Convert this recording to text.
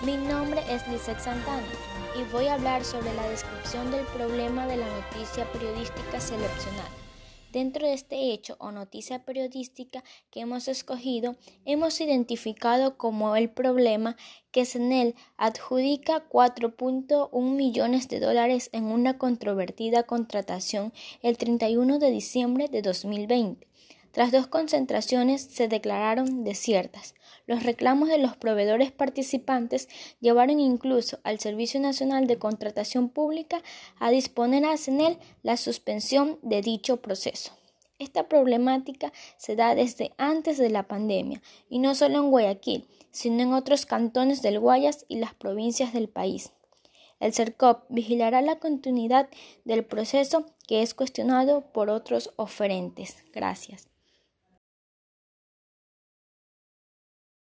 Mi nombre es Lizeth Santana y voy a hablar sobre la descripción del problema de la noticia periodística seleccionada. Dentro de este hecho o noticia periodística que hemos escogido, hemos identificado como el problema que CNEL adjudica $4.1 millones en una controvertida contratación el 31 de diciembre de 2020. Tras 2 concentraciones se declararon desiertas. Los reclamos de los proveedores participantes llevaron incluso al Servicio Nacional de Contratación Pública a disponer a CNEL la suspensión de dicho proceso. Esta problemática se da desde antes de la pandemia y no solo en Guayaquil, sino en otros cantones del Guayas y las provincias del país. El CERCOP vigilará la continuidad del proceso que es cuestionado por otros oferentes. Gracias.